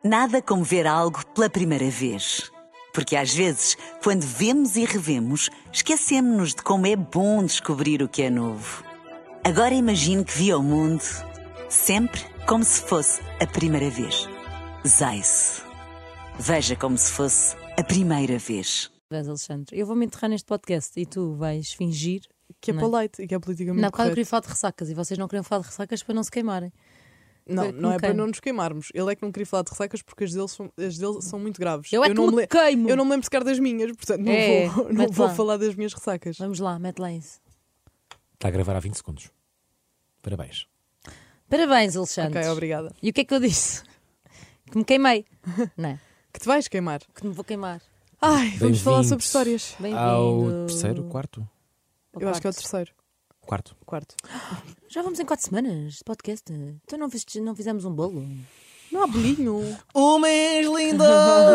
Nada como ver algo pela primeira vez. Porque às vezes, quando vemos e revemos, esquecemos-nos de como é bom descobrir o que é novo. Agora imagine que viu o mundo sempre como se fosse a primeira vez. Zais. Veja como se fosse a primeira vez. Alexandre, eu vou-me enterrar neste podcast e tu vais fingir que é polite e que é politicamente não, porque eu correto. queria falar de ressacas e vocês não queriam falar de ressacas para não se queimarem. Não, não é para não nos queimarmos. Ele é que não queria falar de ressacas porque as dele são muito graves. Eu é que não me queimo. Eu não me lembro sequer das minhas, portanto não vou falar das minhas ressacas. Vamos lá, mete lá isso. Está a gravar há 20 segundos. Parabéns. Parabéns, Alexandre. Ok, obrigada. E o que é que eu disse? Que me queimei. Não é? Que te vais queimar. Que me vou queimar. Ai, vamos falar Bem-vindos sobre histórias. Bem-vindo. Ao terceiro, quarto? Eu acho que é o terceiro. Quarto. Quarto. Já vamos em 4 semanas de podcast. Então não fizemos um bolo. Não há bolinho. O mês lindo!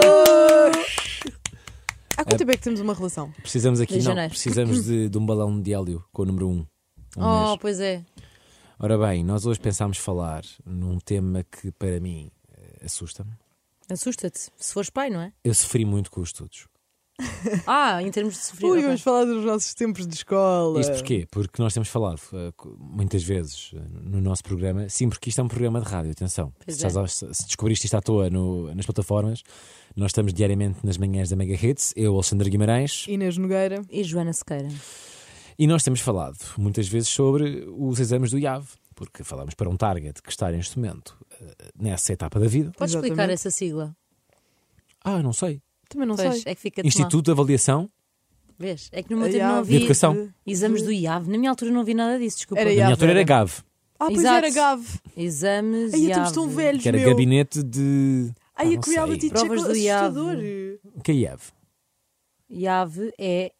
Há quanto tempo é que temos uma relação? Precisamos aqui, De não, janeiro. precisamos de um balão de hélio com o número 1. Oh, pois é. Ora bem, nós hoje pensámos falar num tema que para mim assusta-me. Assusta-te. Se fores pai, não é? Eu sofri muito com os estudos. Em termos de sofrer. Ui, ok. vamos falar dos nossos tempos de escola. Isto porquê? Porque nós temos falado muitas vezes no nosso programa, sim, porque isto é um programa de rádio, atenção. Pois Se descobriste isto à toa nas plataformas, nós estamos diariamente nas manhãs da Mega Hits, eu, Alexandre Guimarães, Inês Nogueira. E Joana Sequeira. e nós temos falado muitas vezes sobre os exames do IAV, porque falamos para um target que está neste momento nessa etapa da vida. Podes Exatamente. explicar essa sigla? Não sei. Também não Pois, sei. é que fica Instituto de Avaliação Vês? É que no meu tempo IAV. não de havia Educação. exames do IAV. Na minha altura não vi nada disso, desculpa. Era Na minha IAV, altura era era. GAV, Pois Exato. era Gav. Exames Ai, IAV. estamos tão velhos, que era meu. gabinete de... Ai, não a reality sei. check Provas do IAV. assustador. O que é IAV? IAV é...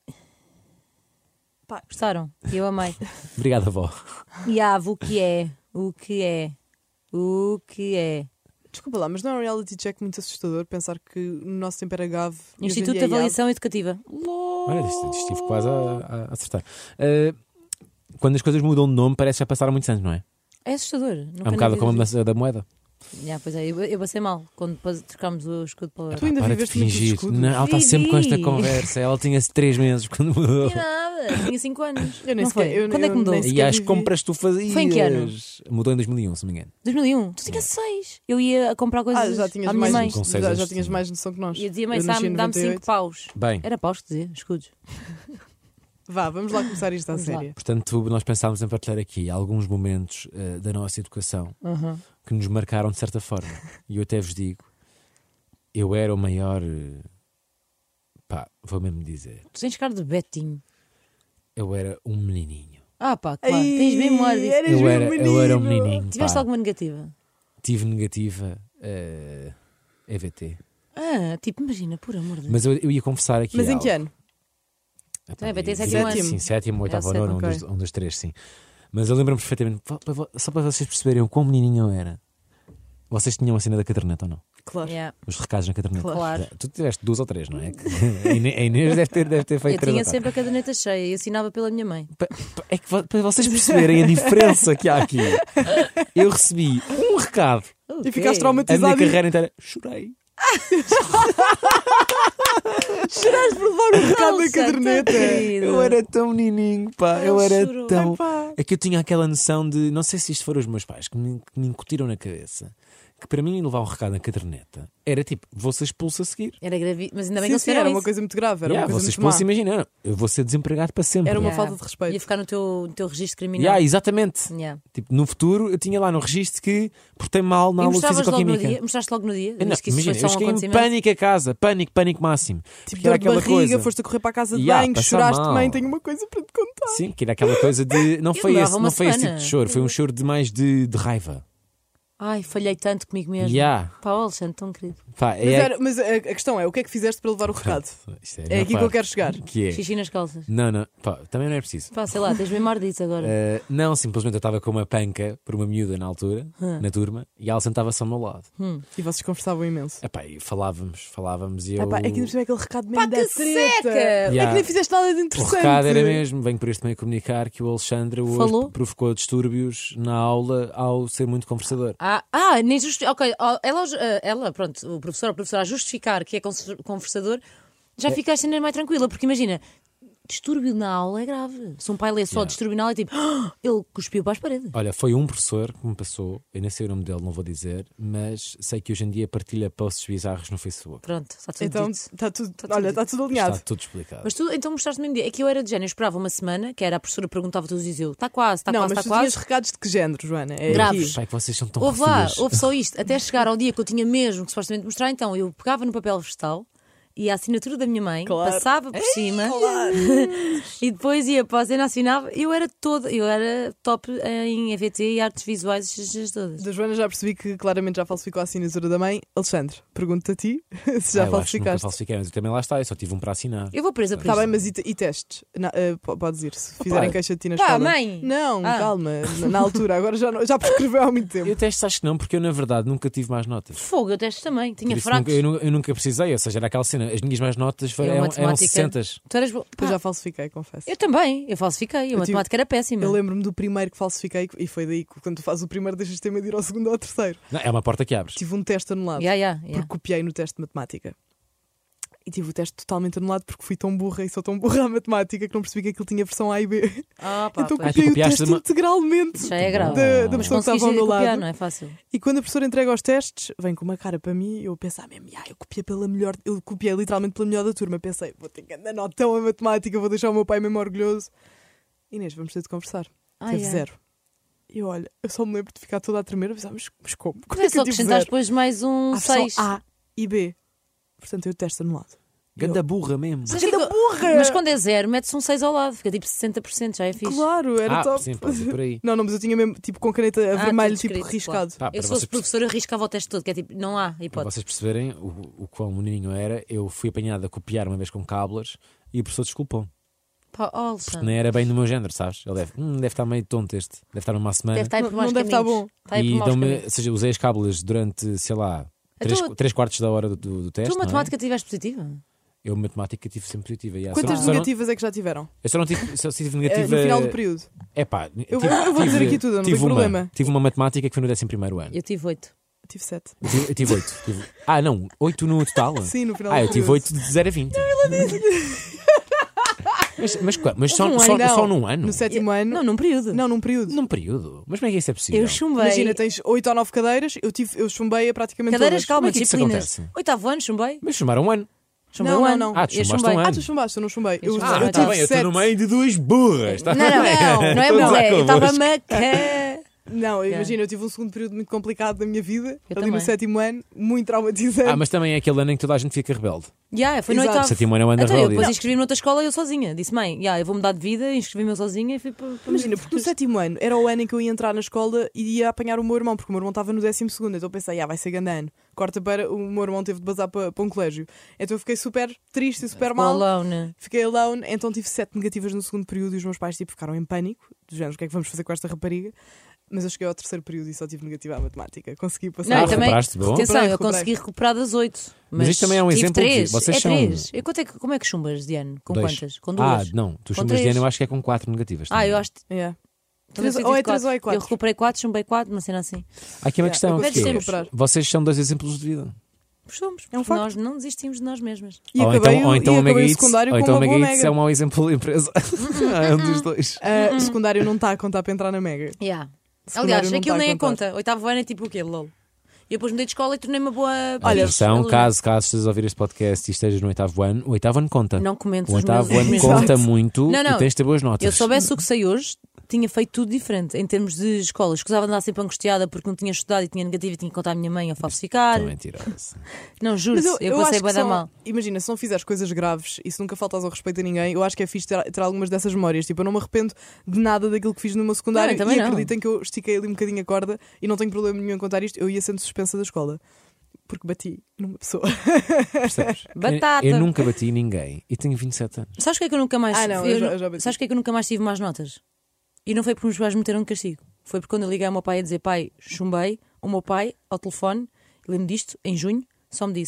Pá. Gostaram? Eu amei. Obrigado, avó. IAV, o que é? O que é? O que é? Desculpa lá, mas não é um reality check muito assustador pensar que no nosso tempo era Gav. e hoje em Instituto dia de é IAV? Avaliação Educativa. Olha, estive quase a acertar. Quando as coisas mudam de nome, parece que já passaram muitos anos, não é? É assustador. É um bocado como a mudança da moeda. Pois é, eu passei mal quando depois trocámos o escudo para o Tu ainda Para de viveste muitos fingir. escudos? Não, ela está sempre com esta Vivi. conversa. Ela tinha 3 meses quando mudou. Não nada, tinha 5 anos. Eu nem Não foi? sequer- Quando é que mudou? nem E sequer as vivi. compras que tu fazias. Foi em que ano? Mudou em 2001, se não me engano. 2001. Tu tinhas 6. Eu ia a comprar coisas Já tinhas à minha mãe. mais, Com seis já anos, tinhas sim. mais noção que nós. E eu dizia, mãe, Eu nasci em dá-me 5 98. paus. Bem, Era paus que dizia, escudos. Vá, vamos lá começar isto à Vamos lá. séria. portanto, nós pensámos em partilhar aqui alguns momentos da nossa educação que nos marcaram de certa forma. E eu até vos digo, eu era o maior... vou mesmo dizer. Tu tens cara de Betinho. Eu era um menininho. Claro, tens memória disso. Eras Eu meu era um menino. menininho. Tiveste pá. alguma negativa? Tive negativa EVT. Tipo, imagina, por amor de Deus. Mas eu ia confessar aqui Mas em algo. que ano? Então, EVT é Sim, sétimo ano. Sim, sétimo, oitavo, sétimo, nono, ok. um dos três, sim. Mas eu lembro-me perfeitamente, só para vocês perceberem o quão menininho eu era. Vocês tinham a cena da caderneta ou não? Claro. Yeah. Os recados na caderneta? Claro. Tu tiveste 2 ou 3, não é? A Inês deve ter feito Eu 3 tinha ou 4. sempre a caderneta cheia e assinava pela minha mãe. É que para vocês perceberem a diferença que há aqui, eu recebi um recado, E ficaste a traumatizado. minha carreira inteira, chorei. Choraste por levar um recado na caderneta. Eu era tão menininho, pá. Eu era chorou. tão. Ai, pá. É que eu tinha aquela noção de. Não sei se isto foram os meus pais que me incutiram na cabeça. Que para mim levar um recado na caderneta era tipo, vou ser expulso a seguir. Era gravíssimo, mas ainda bem Sim, que eles sim, fizeram era isso. uma coisa muito grave. Era Vou uma ser coisa muito expulso, má. imagina. Eu vou ser desempregado para sempre. Era uma falta de respeito. Ia ficar no teu registro criminal. Exatamente. Yeah. Tipo, no futuro eu tinha lá no registro que portei mal na E aula de mostravas logo no Físico-Química. dia? Mostraste logo no dia? Não, Viste que isso imagina, foi eu só um cheguei em acontecimento? pânico a casa, pânico máximo. Tipo, Porque era dor de barriga, aquela coisa. foste a correr para a casa de Yeah, banho, passar choraste, mal. mãe, tenho uma coisa para te contar. Sim, que era aquela coisa de. Não foi demorava uma esse tipo semana. de choro, foi um choro de mais de raiva. Ai, falhei tanto comigo mesmo. Yeah. Pá, o Alexandre, tão querido. Pá, Mas a questão é, o que é que fizeste para levar o recado? Isto É aqui que eu quero chegar. Que é? Xixi nas calças. Não, pá, também não é preciso. Pá, sei lá, tens bem mar disso agora. Não, simplesmente eu estava com uma panca por uma miúda na altura, na turma, e ela sentava-se ao meu lado. E vocês conversavam imenso. Epá, e falávamos e eu. É que ainda percebi aquele recado Pá, mesmo que da treta. seca! É Yeah. que nem fizeste nada de O interessante. recado era mesmo, venho por este meio comunicar que o Alexandre hoje Falou? provocou distúrbios na aula ao ser muito conversador. Nem ok. Ela, pronto, o professor ou a professora a justificar que é conversador, já fica a cena mais tranquila, porque imagina, distúrbio na aula é grave. Se um pai lê só distúrbio na aula, é tipo, ele cuspiu para as paredes. Olha, foi um professor que me passou, eu nem sei o nome dele, não vou dizer, mas sei que hoje em dia partilha posts bizarros no Facebook. Pronto, está tudo Então dito. está tudo alinhado. Está tudo explicado. Mas tu então mostraste-me um dia. É que eu era de género, eu esperava uma semana, que era a professora perguntava todos os dias eu, está quase, está Não, quase, mas está tu tinhas quase. recados de que género, Joana? É Graves. aqui. Pai, que vocês são tão Houve lá, referidas. houve só isto. Até chegar ao dia que eu tinha mesmo que supostamente mostrar, então eu pegava no papel vegetal e a assinatura da minha mãe, Claro. passava por cima Claro. e depois ia para a cena, assinava. Eu era top em EVT e artes visuais, estas coisas todas. Da Joana já percebi que claramente já falsificou a assinatura da mãe. Alexandre, pergunto a ti se já Eu acho que nunca falsificaste. falsifiquei, mas eu também lá está, eu só tive um para assinar. Eu vou presa por Está isso. bem, mas e testes? Podes ir, se fizerem queixa de ti na Pá, escola. mãe! Não, Ah. calma, na altura, agora já prescreveu há muito tempo. Eu testes acho que não, porque eu na verdade nunca tive mais notas. Fogo, eu testo também. Por Tinha isso fracos. eu nunca precisei, ou seja, era aquela cena, as minhas mais notas Eu, eram matemática- 60. Tu eras boa. Eu Pá, já falsifiquei, confesso. eu também, eu falsifiquei. A tive- matemática era péssima. Eu lembro-me do primeiro que falsifiquei e foi daí que quando tu fazes o primeiro deixas de ter medo de ir ao segundo ou ao terceiro. Não, é uma porta que abres. Tive um teste anulado Yeah. porque copiei no teste de matemática. E tive o teste totalmente anulado porque fui tão burra e sou tão burra à matemática que não percebi que aquilo tinha versão A e B. Ah, pá, Então pois. tu copiei o copiaste teste uma- integralmente Já é grave. da Mas pessoa que estava ao conseguiste meu copiar, lado. não é fácil. E quando a professora entrega os testes, vem com uma cara para mim e eu penso, mesmo, eu copiei pela melhor, eu copiei literalmente pela melhor da turma. Pensei, vou ter que andar notão a matemática, vou deixar o meu pai mesmo orgulhoso. Inês, vamos ter de conversar. Teve zero. E olha, eu só me lembro de ficar toda a tremer, a pensar, mas como? Como Não é é que só eu tive acrescentar zero? depois mais um Há só 6. A e B. Portanto, eu teste anulado. Ganda burra mesmo. Mas quando é zero, mete-se um 6 ao lado, fica tipo 60%, já é fixe. Claro, era top. Sim, pode ir por aí. Não, mas eu tinha mesmo tipo com caneta a vermelho, tudo tipo escrito, riscado. Pá, Eu para se fosse vocês professor, eu arriscava o teste todo, que é tipo, não há Para hipótese. vocês perceberem o quão menino era, eu fui apanhado a copiar uma vez com cábulas e o professor desculpou. Pá, oh, Alexandre. Nem era bem do meu género, sabes? Ele deve estar meio tonto este. Deve estar numa semana. Deve estar aí por Não maus deve estar caminhos. bom. Está aí por E maus dão-me, caminhos. ou seja, usei as cábulas durante, sei lá, Então, 3/4 da hora do teste. Tu não é? matemática tiveste positiva? Eu, matemática, tive sempre positiva. Quantas Só não- negativas é que já tiveram? Eu só não tive, só tive negativa. No final do período. É pá, Eu vou dizer aqui tudo, não tem problema. Tive uma matemática que foi no 11º ano. Eu tive 8. Tive 7. Eu tive 8. Não, 8 no total? Sim, no final do Eu período. tive 8 de 0 a 20. Mas só, Houve um só, ano, só não. num ano? No 7º ano. Não, num período. Não, num período. Num período? Mas como é que isso é possível? Eu chumbei. Imagina, tens 8 ou 9 cadeiras, eu chumbei a praticamente Cadeiras, todas. calma, Como é que isso disciplinas. acontece? 8º ano, chumbei. Mas chamaram um ano. Chumbei Não, um não, ano. não. Ah, tu Eu chumbaste chumbei. um ano. Tu chumbaste, eu não chumbei. Eu Ah, tive tá bem, eu estou 7. no meio de duas burras. Tá Não, não, bem? não é Estou a mulher. gozar Eu estava convosco. maca. Não, Yeah. imagina, eu tive um segundo período muito complicado da minha vida, Eu ali no também. 7º ano, muito traumatizante. Mas também é aquele ano em que toda a gente fica rebelde. Foi no Exato. 8º. 7º ano é o ano da Então, eu depois rebeldia. inscrevi-me noutra escola e eu sozinha. Disse, mãe, eu vou mudar de vida, inscrevi-me eu sozinha e fui para. Imagina, porque no 7º ano era o ano em que eu ia entrar na escola e ia apanhar o meu irmão, porque o meu irmão estava no 12º, então eu pensei, vai ser grande ano. Corta para o meu irmão teve de bazar para um colégio. Então eu fiquei super triste e super mal. Alone. Fiquei alone, então tive 7 negativas no segundo período e os meus pais ficaram em pânico, do género, o que é que vamos fazer com esta rapariga? Mas eu cheguei ao 3º período e só tive negativa à matemática. Consegui passar. Não, eu também. recuperaste, bom. Atenção, eu Recuperei. consegui recuperar das 8. Mas isto também é um tive exemplo de- 3. vocês é são- 3. Como é que chumbas de ano? Com 2. quantas? Com 2. Não, tu Com chumbas de 3. ano, eu acho que é com 4 negativas. Eu acho que. Yeah. também Três- tive ou é 3 quatro. ou é Eu 4. recuperei 4, chumbei 4, uma cena assim. Há aqui uma Yeah, questão. eu que consegui é, recuperar. vocês são 2 exemplos de vida. Somos, É um porque facto. nós não desistimos de nós mesmas. E ou acabei, então, e acabei Mega o Eats, secundário ou com então uma Mega boa Eats mega. é um mau exemplo de empresa. É um dos dois. O secundário não está a contar para entrar na mega. Yeah. Secundário Aliás, não aquilo está a nem é contar. conta. 8º ano é tipo o quê, lol? E depois mudei de escola e tornei uma boa. Olha, Atenção, aluna. caso estejas a ouvir este podcast e estejas no 8º ano, o 8º ano conta. Não comentes O os 8º meus ano meus conta Exato. muito Não, não. e tens de ter boas notas. Eu soubesse o que sei hoje, tinha feito tudo diferente em termos de escola. Escusava de andar sempre angustiada porque não tinha estudado e tinha negativo e tinha que contar à minha mãe a falsificar. Estou mentirosa. Não, juro, Mas eu passei acho bem que da são- mal. Imagina, se não fizeres coisas graves e se nunca faltas ao respeito a ninguém, eu acho que é fixe ter algumas dessas memórias. Tipo, eu não me arrependo de nada daquilo que fiz no meu secundário Não, eu também e não. acreditem que eu estiquei ali um bocadinho a corda e não tenho problema nenhum em contar isto. Eu ia sendo suspensa da escola. Porque bati numa pessoa. Percebes? Batata. Eu nunca bati ninguém e tenho 27 anos. Sabes o que é que eu nunca mais Não, eu já bati. Sabes o que é que eu nunca mais tive más notas? E não foi porque os meus pais me meteram de castigo. Foi porque quando eu liguei ao meu pai a dizer pai, chumbei, o meu pai, ao telefone, lembro disto, em junho, só me disse: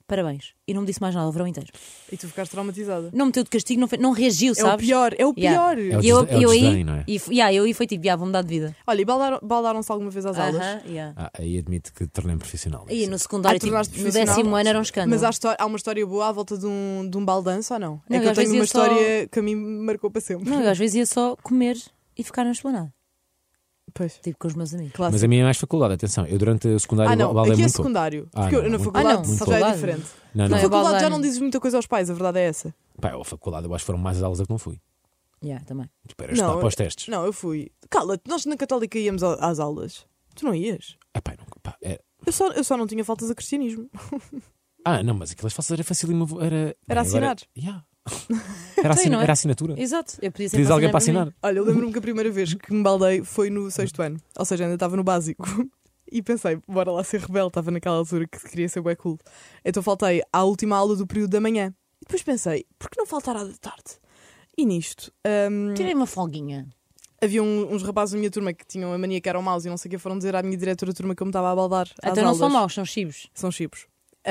parabéns. E não me disse mais nada o verão inteiro. E tu ficaste traumatizada. Não meteu de castigo, não reagiu, É o sabes? pior, é o Yeah. pior. É o E eu desdém, aí, não é? eu aí foi tipo, vou mudar de vida. Olha, e baldaram-se alguma vez às aulas? Aí admito que tornei-me profissional. E no secundário, tipo, tornaste no profissional? 10º ano era um escândalo. Mas há uma história boa à volta de um baldanço ou não? Não, É que eu às vezes tenho uma ia só- história que a mim me marcou para sempre. Não, eu às vezes ia só comer e ficar na esplanada, Pois. tipo com os meus amigos. Clássico. Mas a minha é mais faculdade, atenção. Eu durante o secundário não, baldei aqui é muito pouco. secundário. Ah, Porque não, eu na muito faculdade pouco. já Muito é pouco. diferente. Não, Na não. é faculdade já baldar. não dizes muita coisa aos pais, a verdade é essa. Pá, a faculdade eu acho que foram mais as aulas a que não fui. Também. Tipo, era estudar Não, para os testes. Não, eu fui. Cala-te, nós na Católica íamos às aulas. Tu não ias? Epá, não, pá, Eu só não tinha faltas a cristianismo. não, mas aquelas falsas era fácil. Era assinar. Yeah. Sim, não é? Era assinatura. Exato. Eu podia ser Pedias alguém para mim. assinar. Olha, eu lembro-me que a primeira vez que me baldei foi no 6º ano. Ou seja, ainda estava no básico. E pensei, bora lá ser rebelde. Estava naquela altura que queria ser bué cool. Então faltei à última aula do período da manhã. E depois pensei, por que não faltar à da tarde? E nisto, Tirei uma folguinha. havia uns rapazes da minha turma que tinham a mania que eram maus e não sei o que, foram dizer à minha diretora de turma que eu me estava a baldar às Até não aulas. são maus, são chibos. São chipos.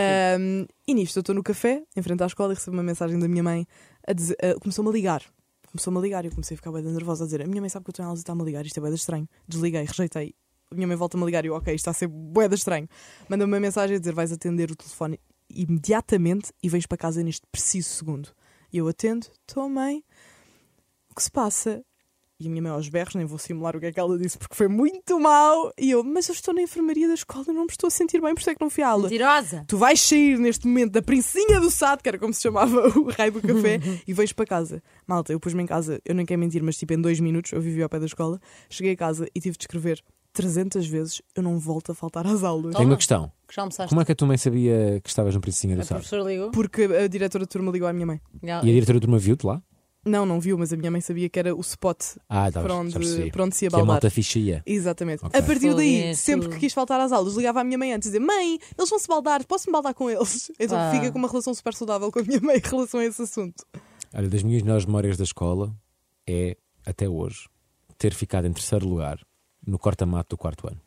E nisto, eu estou no café, em frente à escola, e recebo uma mensagem da minha mãe a dizer, começou-me a ligar. E eu comecei a ficar bem nervosa a dizer, a minha mãe sabe que eu estou em aulas e está-me a ligar, isto é bué estranho. Desliguei, rejeitei. A minha mãe volta-me a ligar e eu, ok, isto está a ser bué estranho. Manda-me uma mensagem a dizer, vais atender o telefone imediatamente e vens para casa neste preciso segundo. E eu atendo, estou, mãe, o que se passa? E a minha mãe aos berros, nem vou simular o que é que ela disse porque foi muito mau. E eu, mas eu estou na enfermaria da escola, não me estou a sentir bem, por isso é que não fui à aula. Mentirosa. Tu vais sair neste momento da Princesinha do Sado, que era como se chamava o raio do café, e vais para casa. Malta, eu pus-me em casa, eu nem quero mentir, mas tipo em 2 minutos, eu vivia ao pé da escola, cheguei a casa e tive de escrever 300 vezes, eu não volto a faltar às aulas. Tenho uma questão. Que já almoçaste. Como é que a tua mãe sabia que estavas no Princesinha do A Sado? professora ligou. Porque a diretora de turma ligou à minha mãe. E a diretora de turma viu-te lá? Não viu, mas a minha mãe sabia que era o spot Tá, para já percebi. onde se ia Que a baldar. malta ficha ia. Exatamente. Ok. A partir daí, Foi sempre isso. que quis faltar às aulas, ligava à minha mãe antes e dizia, mãe, eles vão se baldar, posso-me baldar com eles? Então Ah. fica com uma relação super saudável com a minha mãe em relação a esse assunto. Olha, das minhas melhores memórias da escola é, até hoje, ter ficado em terceiro lugar no corta-mato do 4º ano.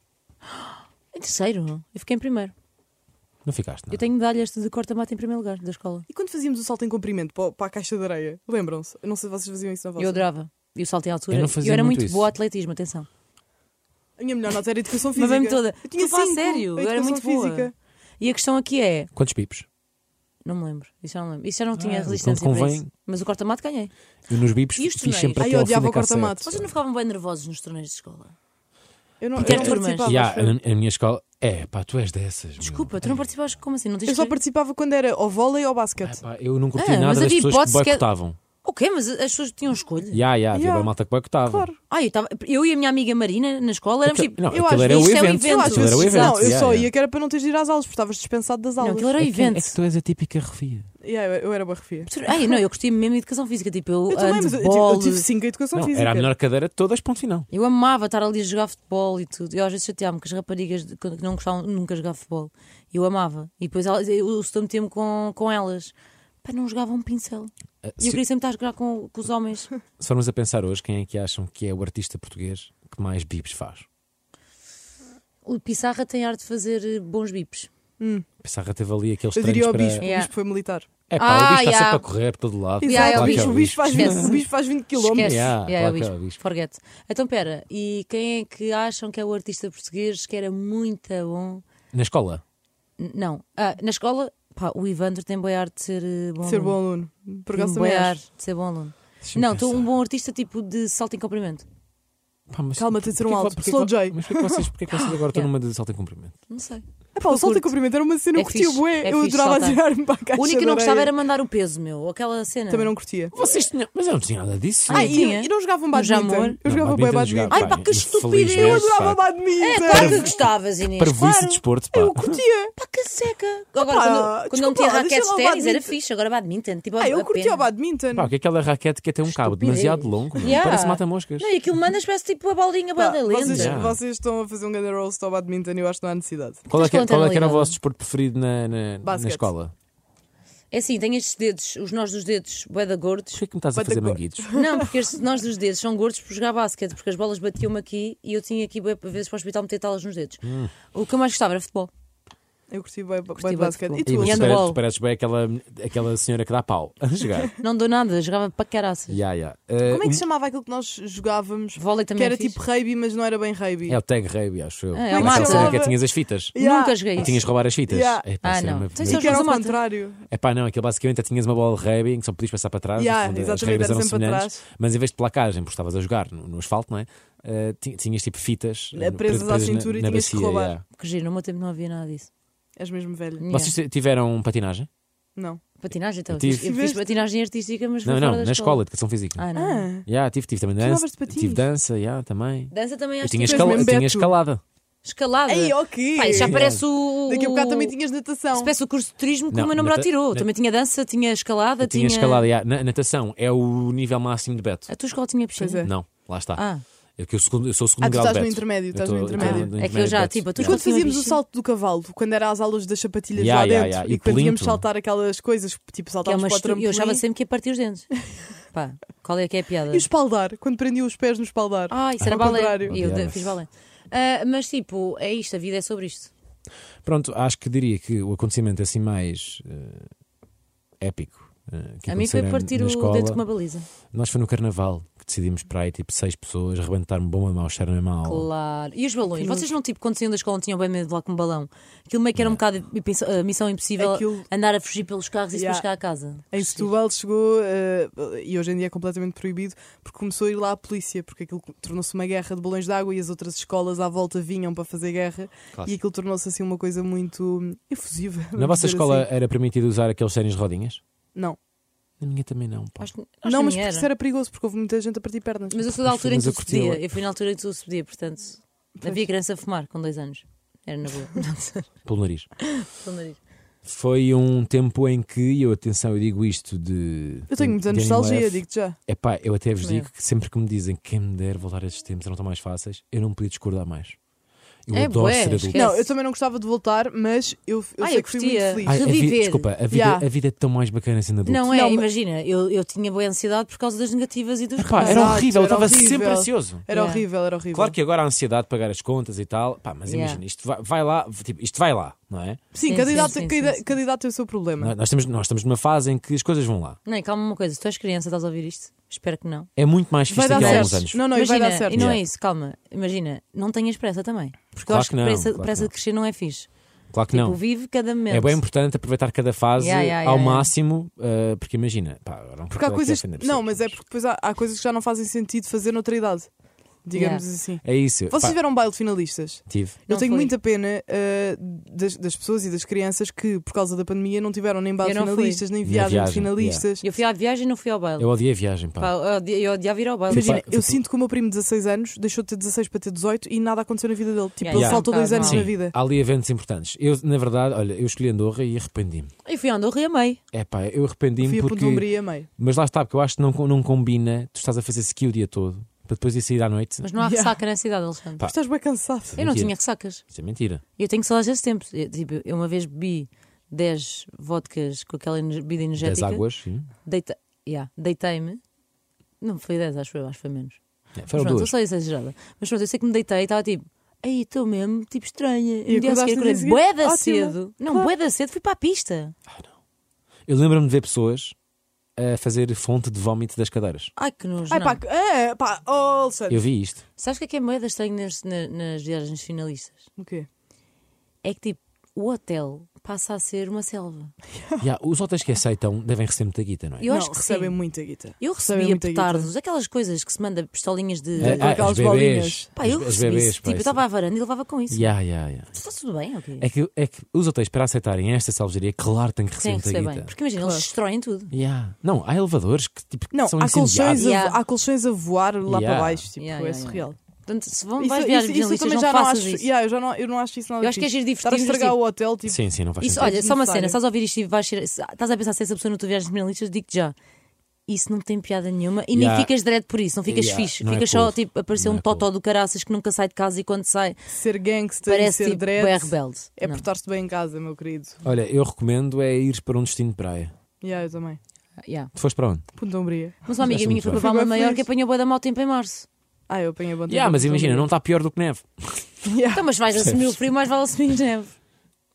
Em terceiro? Eu fiquei em primeiro. Não ficaste, não? Eu tenho medalhas de corta-mato em primeiro lugar da escola. E quando fazíamos o salto em comprimento para a caixa de areia, lembram-se? Eu não sei se vocês faziam isso na vossa. Eu adorava. E o salto em altura. Eu não fazia era muito muito isso. boa a atletismo, atenção. A minha melhor nota era educação física. Mas bem toda. Eu tinha Estou a falar 5, sério, a eu era educação muito boa. física. E a questão aqui é. Quantos pipos? Não me lembro. Isso já não lembro. Isso já não tinha quando resistência para convém- isso. Mas o corta-mato ganhei. Eu nos bips E os fiz torneios? sempre Ai, até eu ao fim odiava da o corta-mato. cassete. Vocês não ficavam bem nervosos nos torneios de escola? Eu não Interturmas. participava. Yeah, acho eu. a minha escola... tu és dessas. meu. Desculpa, tu não participavas? Como assim? Não tens Eu só que- participava quando era ao vôlei ou ao basquete. Pá, eu não curti Ah, nada mas das havia pessoas que hipótese que- boicotavam. O quê? Mas as pessoas tinham escolha. Havia Yeah. a malta que boicotava. Claro. Eu e a minha amiga Marina na escola éramos tipo. Não, Eu aquilo acho era que o isto é um evento. evento. Eu às Aquilo era o vezes, evento. não, eu Yeah, só yeah. ia que era para não teres de ir às aulas, porque estavas dispensado das Não, aulas. aquilo era o É evento. que tu és a típica refia. Yeah, eu era boa refia. Ai, não, eu gostei mesmo de educação física. Tipo, Eu também, mas handball. eu tive 5 em educação Não, física. era a melhor cadeira de todas, ponto final. Eu amava estar ali a jogar futebol e tudo. Eu às vezes chateava-me que as raparigas que não gostavam nunca de jogar futebol. Eu amava. E depois eu estou meter-me com elas. Pá, não jogava um pincel. E eu Se queria sempre estar a jogar com os homens. formos a pensar hoje, quem é que acham que é o artista português que mais bips faz? O Pissarra tem arte de fazer bons bips. Pissarra teve ali aqueles Eu diria treinos ao para... bispo, o Yeah. bispo foi militar. É pá, o bicho está yeah. sempre a correr por todo lado. Yeah, Exato, é o o bispo. bispo faz 20 Esquece. o bispo faz 20 km. Esquece. Yeah, É o claro que é o bispo. bispo. Forget. Então, pera. E quem é que acham que é o artista português que era muito bom? Na escola? Não. Na escola, pá, o Ivandro tem boa arte de ser bom Ser aluno. bom aluno. Por acaso Tem também boa acho. arte de ser bom aluno. Deixa-me Não, estou pensar. um bom artista tipo de salto em comprimento. Pá, mas Calma, tem de ser um porquê que- alto. porquê Slow que- J. Mas porquê que vocês agora estão Yeah. numa de salto em comprimento? Não sei. Epá, o salto em curto. comprimento era uma cena, eu É curtia fixe, bué. é Eu fixe adorava saltar. tirar-me para a caixa O único que de não gostava areia. era mandar o peso, meu. Aquela cena. Também não curtia. Vocês tinham... Mas eu não tinha nada disso. Ah, E tinha. não jogavam No badminton. Jamor? Eu jogava bué badminton badminton. Ai, pá, que estupidez. Eu infelizmente, adorava pá. badminton. Claro que gostavas, Inês. Para Claro. vice de desporto, pá. Eu curtia. Pá, que seca. Agora, Opa, quando não desculpa tinha lá, raquetes deixa lá o de ténis, era badminton. fixe. Agora badminton. Tipo, Ah, eu a curtia pena. o badminton. Pá, o que é aquela raquete que tem um cabo Estupidez. demasiado longo? meu? Yeah. Parece mata-moscas. Não, e aquilo mandas parece tipo a bolinha Pá, bem lenta. vocês, Yeah. vocês estão a fazer um grande roast ao badminton e eu acho que não há necessidade. Qual é que Mas qual era o ligado? vosso desporto preferido na Basquete. escola? É assim, tem estes dedos, os nós dos dedos, bué da gordos. Porquê que me estás a Vai ter fazer que- manguitos? Não, porque estes nós dos dedos são gordos por jogar basquete, porque as bolas batiam-me aqui e eu tinha aqui bué vezes para o hospital meter talas nos dedos. O que eu mais gostava era futebol. Eu curti bem Curti de bué de basquete. futebol. E E tu? E tu handball. pareces bem aquela senhora que dá pau a jogar. Não dou nada, jogava para caraças. Como é que se chamava aquilo que nós jogávamos? Vôlei também Que era é fixe. tipo rugby, mas não era bem rugby. É o tag rugby, acho eu. É, é o Aquela mato. cena que tinhas as fitas. Yeah. Nunca joguei E isso. tinhas de roubar as fitas. Yeah. Epá, Ah, isso era não. uma- Então E isso que era ao Mata. contrário. Epá, não, aquilo basicamente tinhas uma bola de rugby em que só podias passar para trás. Yeah, no fundo, as exatamente, regras era eram sempre para semelhantes, trás. mas em vez de placagem, porque estavas a jogar no asfalto, não é? Tinhas tipo fitas Presas à cintura e na tinhas que bacia, roubar. yeah. Que giro, no meu tempo não havia nada disso. És mesmo velho. Yeah. Vocês tiveram patinagem? Não. Patinagem, então. Eu tive. Eu fiz Tiveste? patinagem artística, mas foi Não, fora não, da na escola, educação física. Ah, não. Ah, Tive também Tu dança. andavas de patins? Tive dança, também. Dança também Eu acho tinha, que és mesmo tinha Beto. escalada. escalada. ei, ok. Pá, isso já parece o. Daqui a bocado também tinhas natação. Se parece o curso de turismo que Não, o meu namorado nata- tirou. nat- Também tinha dança, tinha escalada, Eu tinha escalada, natação é o nível máximo de Beto. A tua escola tinha piscina? Pois é. Não, lá está. Ah, Eu sou o segundo Ah, tu grau de estás no Beto. intermédio, estás Eu no tô- intermédio. eu tô no É que eu já, intermédio de tipo, a Beto. tua E quando escola tinha fazíamos o piscina? salto do cavalo, quando era às aulas das sapatilhas Yeah, lá yeah, dentro, yeah. e E quando íamos plinto. saltar aquelas coisas, tipo Que é saltávamos uma para o estru... trampolim. Eu achava sempre que ia partir os dentes. Pá, qual é que é a piada? E o espaldar, quando prendia os pés no espaldar. Ah, isso era Ao balé. contrário. E eu Yeah. fiz balé. Mas tipo, é isto, a vida é sobre isto. Pronto, acho que diria que o acontecimento assim mais épico que A mim foi aconteceu partir na o escola, dente com uma baliza. Nós foi no carnaval que decidimos para aí tipo 6 pessoas arrebentar uma bomba mau cheiro na mesma aula. Claro. E os balões? Vocês não, tipo, quando saíam da escola, não tinham bem medo de lá com um balão? Aquilo meio que era um bocado missão impossível, Aquilo- andar a fugir pelos carros e depois Yeah. chegar a casa. Em Setúbal chegou, e hoje em dia é completamente proibido, porque começou a ir lá a polícia, porque aquilo tornou-se uma guerra de balões de água e as outras escolas à volta vinham para fazer guerra Claro. e aquilo tornou-se assim uma coisa muito efusiva. Na vamos vossa dizer escola assim. era permitido usar aqueles ténis de rodinhas? Não. Na minha também não, pá. Acho Não, que mas nem porque era. isso era perigoso, porque houve muita gente a partir pernas. Mas eu sou da altura em que Mas eu tudo se pedia. curtia. Eu fui na altura em que tudo se pedia, portanto, havia criança a fumar com 2 anos. Era na boa. Pelo nariz. Pelo nariz. Foi um tempo em que, eu digo isto de. Eu tenho muita de nostalgia, NUF. digo-te já. Epá, eu até vos Também digo que sempre que me dizem quem me der voltar a esses tempos eram tão mais fáceis, eu não podia discordar mais. Eu É adoro bué, ser adulto. esquece. Não, eu também não gostava de voltar, mas eu sei eu que fui muito curtia. feliz. Ai, Reviver. desculpa, Yeah. a vida é tão mais bacana sendo adulto. Não é, Não, mas- imagina, eu tinha boa ansiedade por causa das negativas e dos Epá, era Exato, horrível, eu era estava horrível. sempre ansioso. Era Yeah. horrível, era horrível. Claro que agora a ansiedade de pagar as contas e tal, pá, mas Yeah. imagina, isto vai lá, tipo, isto vai lá, não é? Sim, Sim, cada, sim, idade, sim, cada, sim, sim. cada idade tem o seu problema. Nós estamos numa fase em que as coisas vão lá. Não, e calma uma coisa, se tu és criança, estás a ouvir isto? Espero que não. É muito mais Vai fixe dar daqui a certo. alguns anos. Não, não, e vai Imagina, dar certo. e não Yeah. é isso, calma. Imagina, não tenhas pressa também. Porque Claro eu acho que que não, pressa, claro que pressa não. de crescer não é fixe. Claro que Tipo, não. vive cada momento. É bem importante aproveitar cada fase Yeah, yeah, ao yeah, yeah. máximo, porque imagina, pá, agora não Porque há quero coisas. ofender Não, pessoas, mas é porque depois há coisas que já não fazem sentido fazer noutra idade. Digamos Yeah. assim. É isso. Vocês pá, tiveram um baile de finalistas? tive. Eu Não tenho fui. muita pena das pessoas e das crianças que, por causa da pandemia, não tiveram nem baile de Eu não fui. finalistas, nem Nem viagem de viagem, finalistas. Eu fui à viagem e não fui ao baile. Eu odiei a viagem, pá. Pá, eu odiava ir ao baile. Imagina, Foi- eu sinto que o meu primo de 16 anos deixou de ter 16 para ter 18 e nada aconteceu na vida dele. Tipo, Yeah, ele yeah. faltou Um 2 anos bocado na Sim, vida. há ali eventos importantes. Eu, na verdade, olha, eu escolhi Andorra e arrependi-me. Eu fui a Andorra e amei. É pá, eu arrependi-me Fui a porque. Ponte Umbria meio. Mas lá está, porque eu acho que não combina. Tu estás a fazer ski o dia todo para depois ir sair à noite. Mas não há Yeah. ressaca na cidade, Alexandre. Pá. Tu estás bem cansado. Eu não mentira. tinha ressacas. Isso é mentira. Eu tenho saudades desse tempo. Eu uma vez bebi 10 vodkas com aquela bebida 10 energética. águas, sim. Deitei-me. Não foi 10, acho que foi menos. É, Mas foram pronto, eu duas. sou exagerada. Mas pronto, eu sei que me deitei e estava tipo, aí estou mesmo, tipo estranha. E no dia a acordaste seguir no dia acordei seguinte? bué da Ótima. cedo. Não, Claro. bué da cedo, fui para a pista. Eu lembro-me de ver pessoas a fazer fonte de vómito das cadeiras. Ai que nojo. Ai não. pá, oh, Alexandre. Eu vi isto. Sabes o que é moeda estranho nas viagens finalistas? O quê? É que tipo, o hotel passa a ser uma selva. Yeah, os hotéis que aceitam devem receber muita guita, não é? Eu não, acho que recebem sim. muita guita. Eu Recebem recebia muita guita. petardos, aquelas coisas que se manda pistolinhas de. com aquelas os bebês. bolinhas. Pá, eu As recebi bebês, isso. pá, Tipo, eu estava à varanda e levava com isso. Yeah. Está tudo bem, ok? É que os hotéis, para aceitarem esta selvageria, claro, têm que receber Tem que muita receber guita. bem. Porque imagina, Claro. eles destroem tudo. Yeah. Não, há elevadores que, tipo, Não, são há incendiados. colchões, Yeah. há colchões a voar lá Yeah. para baixo. Tipo, Yeah, é yeah, surreal. Portanto, se vão Isso- vais isso- viagens isso finalistas, também não já não faças acho. isso. Yeah, eu não acho isso nada Eu acho que é fixe. giro Estar a divertir-nos, estragar tipo, o hotel, tipo. Sim, não faz Isso, sentido. olha, só uma cena, desnecessário. estás a ouvir isto e estás a pensar se essa pessoa não tu viagens finalistas, digo-te já. Isso não tem piada nenhuma e nem Yeah. ficas direto por isso, não ficas Yeah, fixe. não é Ficas só cool. tipo a parecer Não um é totó cool. do caraças que nunca sai de casa e quando sai Ser gangster e parece ser tipo dread bué rebelde. é Não. portar-te bem em casa, meu querido. Olha, eu recomendo é ir para um destino de praia. Yeah, eu também. Yeah. Tu foste para onde? Ponta Umbria. Mas uma amiga Acho minha muito foi bem. para Palma Fui bem Maior que feliz. apanhou bué da mau tempo em março. Eu apanhei bom tempo. Yeah, mas em Ponta imagina, Umbria. não está pior do que neve. Yeah. Então, mas vais assumir o frio, mais vale assumir neve.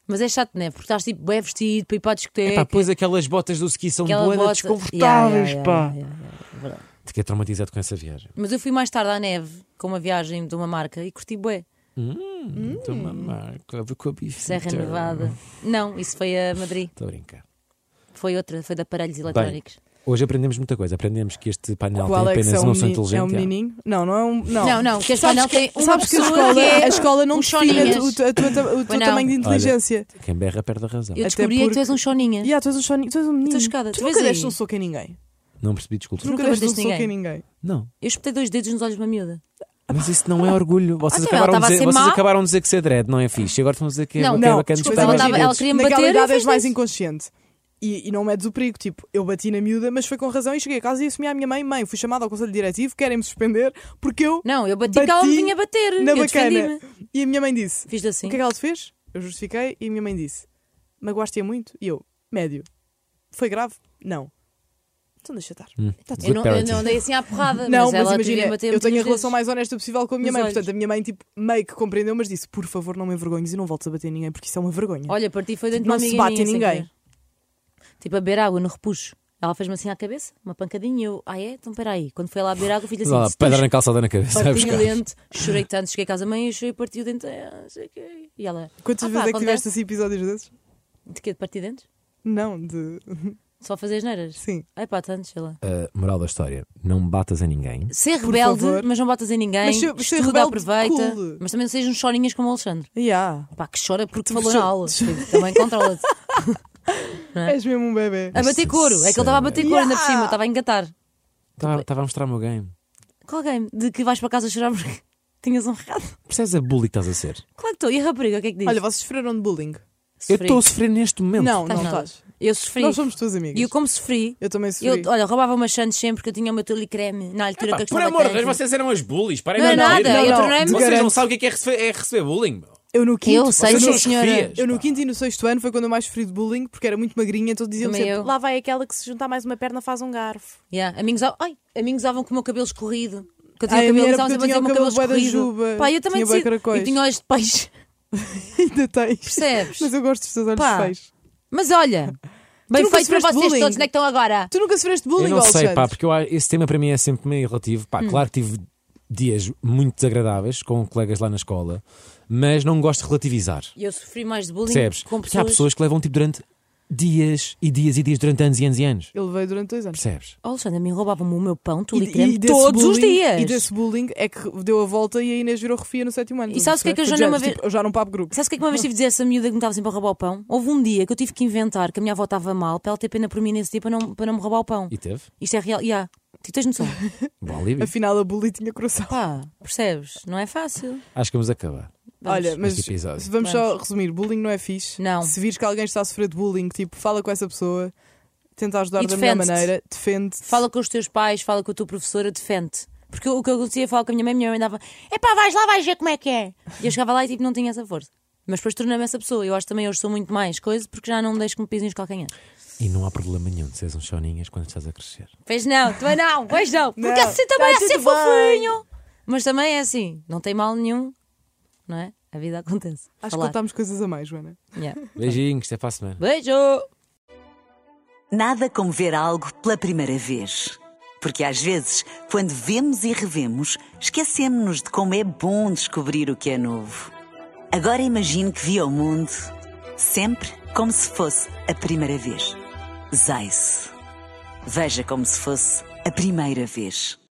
Mas é chato, não é? Porque estás tipo bem vestido para ir para a discoteca. Epá, pois aquelas botas do ski são aquela boas bota- desconfortáveis, pá. Verdade. Fiquei traumatizado com essa viagem. Mas eu fui mais tarde à neve com uma viagem de uma marca e curti bué. Então, uma marca, com a bife. Serra Nevada. Não, isso foi a Madrid. Estou a brincar. Foi outra, foi de aparelhos eletrónicos. Hoje aprendemos muita coisa. Aprendemos que este painel O tem Alex apenas é uma um, noção menino, inteligente. é um menininho? Não, não é um. Não, que este painel tem uma Sabes que a pessoa escola, que é a escola não um define choninhas. o teu Pois não. tamanho de inteligência. Quem berra perde a razão. Eu Até descobri é que tu porque- és um choninha. Tu és um choninho, tu és um menino. Estou chocada. Tu Tu nunca vês aí? deste um soco em ninguém. Não percebi, desculpa. Tu nunca Nunca deste um bateste soco em ninguém. ninguém. Não. Eu espetei 2 dedos nos olhos de uma miúda. Mas isso não é orgulho. Vocês, então ela acabaram, de estava a dizer, ser vocês má? acabaram de dizer que ser dread não é fixe. E agora estão a dizer que é Não, bacana, não, bacana desculpa, espetar ela os estava- dedos. ela queria-me Naquela bater, idade eu és fiz mais isso. inconsciente. E não medes o perigo. Tipo, eu bati na miúda, mas foi com razão e cheguei a casa e assumi à minha mãe: mãe, fui chamada ao conselho diretivo, querem-me suspender porque eu Não, eu bati que ela me vinha bater. na eu bacana. defendi-me. E a minha mãe disse: Fiz assim. o que é que ela te fez? Eu justifiquei e a minha mãe disse: magoaste-a muito? E eu: médio. Foi grave? Não. Então deixa estar. Tá tudo Eu não, eu parenting. não dei assim à porrada, Não, mas ela mas queria imagina, bater eu tenho a muitas relação vezes. mais honesta possível com a minha Nos mãe. olhos. Portanto, a minha mãe tipo, meio que compreendeu, mas disse: por favor, não me envergonhes e não voltes a bater ninguém, porque isso é uma vergonha. Olha, para ti foi dentro de Não uma se amiga bate minha, em sem ninguém. querer. Tipo a beber água no repuxo. Ela fez-me assim à cabeça, uma pancadinha, e eu, é? Então peraí. Quando foi lá beber água, fiz assim, Vá lá, pedra na calçada na cabeça. vai parti o buscar. dente, chorei tanto, cheguei a casa, mãe, eu chorei, parti o dente, não sei o quê. E ela, Quantas pá, vezes é que acontece. tiveste assim episódios desses? De quê? De partir dentes? Não, de. Só fazer as neiras? Sim. Ai pá, tantos, sei lá. Moral da história: não batas a ninguém. Ser Por ebelde, favor. mas não botas em ninguém. Mas ser Estuda, rebelde, aproveita. cool. Mas também não sejam chorinhas como o Alexandre. Yeah. Pá, que chora porque Tu falou cho- na aula. Tipo, também controla-te. És mesmo um bebê. A bater couro. É que ele estava a bater couro ainda por Yeah. cima, estava a engatar. Estava a mostrar o meu game. Qual game? De que vais para casa chorar porque tinhas um recado? Percebes a bully que estás a ser? Claro que estou. E a rapariga, o que é que diz? Olha, vocês sofreram de bullying? Eu estou a sofrer neste momento. Não, Estás não nada. estás. Eu sofri. Nós somos tuas amigas. E eu como sofri, Eu também sofri. eu, olha, roubava umas chantes sempre que eu tinha o meu tule creme na altura que eu Por estava amor de Deus, tanto. vocês eram as bullies. Parem Não é de nada, mentir. eu não, tornei-me. de Vocês não garanto. sabem o que é receber bullying. Meu. Eu no quinto, Eu sei, Vocês são sim, as senhora. refias. eu no quinto e no sexto ano foi quando eu mais sofri de bullying porque era muito magrinha, então diziam Também sempre: eu. lá vai aquela que se juntar mais uma perna faz um garfo. Yeah. Amigos usavam com o meu cabelo escorrido. Que eu tinha Ai, o a minha cabelo, era usavam porque sempre a eu dizer o tinha meu o cabelo cabelo bué da escorrido. juba. Pá, eu também Tinha bué decido. caracóis. Eu tinha olhos de peixe. Ainda tens. Percebes? Mas eu gosto dos teus olhos Pá. feios. Mas olha, bem nunca feito para sofreste vocês bullying? todos, onde é que estão agora? Tu nunca sofreste Eu bullying, não sei, Alexandre? pá, porque esse tema para mim é sempre meio relativo. Pá, claro que tive dias muito desagradáveis com colegas lá na escola, mas não gosto de relativizar. E eu sofri mais de bullying Percebes? com Porque há pessoas. pessoas que levam tipo durante dias e dias e dias, durante anos e anos e anos. Ele veio durante 2 anos. Percebes? Oh, Alexandre, a mim roubavam-me o meu pão, tu E- e creme, desse todos os bullying- dias. E desse bullying é que deu a volta e a Inês virou refia no 7º ano. E sabes o que é que eu já Foi não de me género, tipo, eu já não papo grupo. Sabes o que é que uma vez tive de dizer a essa miúda que me estava sempre a roubar o pão? Houve um dia que eu tive que inventar que a minha avó estava mal para ela ter pena por mim nesse dia para não me roubar o pão. E teve? Isto é real. Yeah. Tu tens noção? Bom alívio. Afinal, a bully tinha coração. Pá, percebes? Não é fácil. Acho que vamos acabar. Vamos. Olha, mas Este episódio. vamos só resumir: bullying não é fixe. Não. Se vires que alguém está a sofrer de bullying, tipo, fala com essa pessoa, tenta ajudar E da melhor defende-te. maneira, defende. Fala com os teus pais, fala com a tua professora, defende. Porque o que eu acontecia falar com a minha mãe dava: epá, vais lá, vais ver como é que é. E eu chegava lá e tipo, não tinha essa força. Mas depois tornei-me essa pessoa. Eu acho que também hoje sou muito mais coisa porque já não me deixo que me pisem os calcanhares. E não há problema nenhum de seres um choninhas quando estás a crescer. Pois não, também não, pois não. Porque Não, assim também tá é ser tudo bem. fofinho. Mas também é assim, não tem mal nenhum, não é? A vida acontece. Acho que Falar. contámos coisas a mais, Joana. Yeah. Beijinhos, até para a semana. Beijo! Nada como ver algo pela primeira vez. Porque às vezes, quando vemos e revemos, esquecemos-nos de como é bom descobrir o que é novo. Agora imagine que viu o mundo sempre como se fosse a primeira vez. Zais. Veja como se fosse a primeira vez.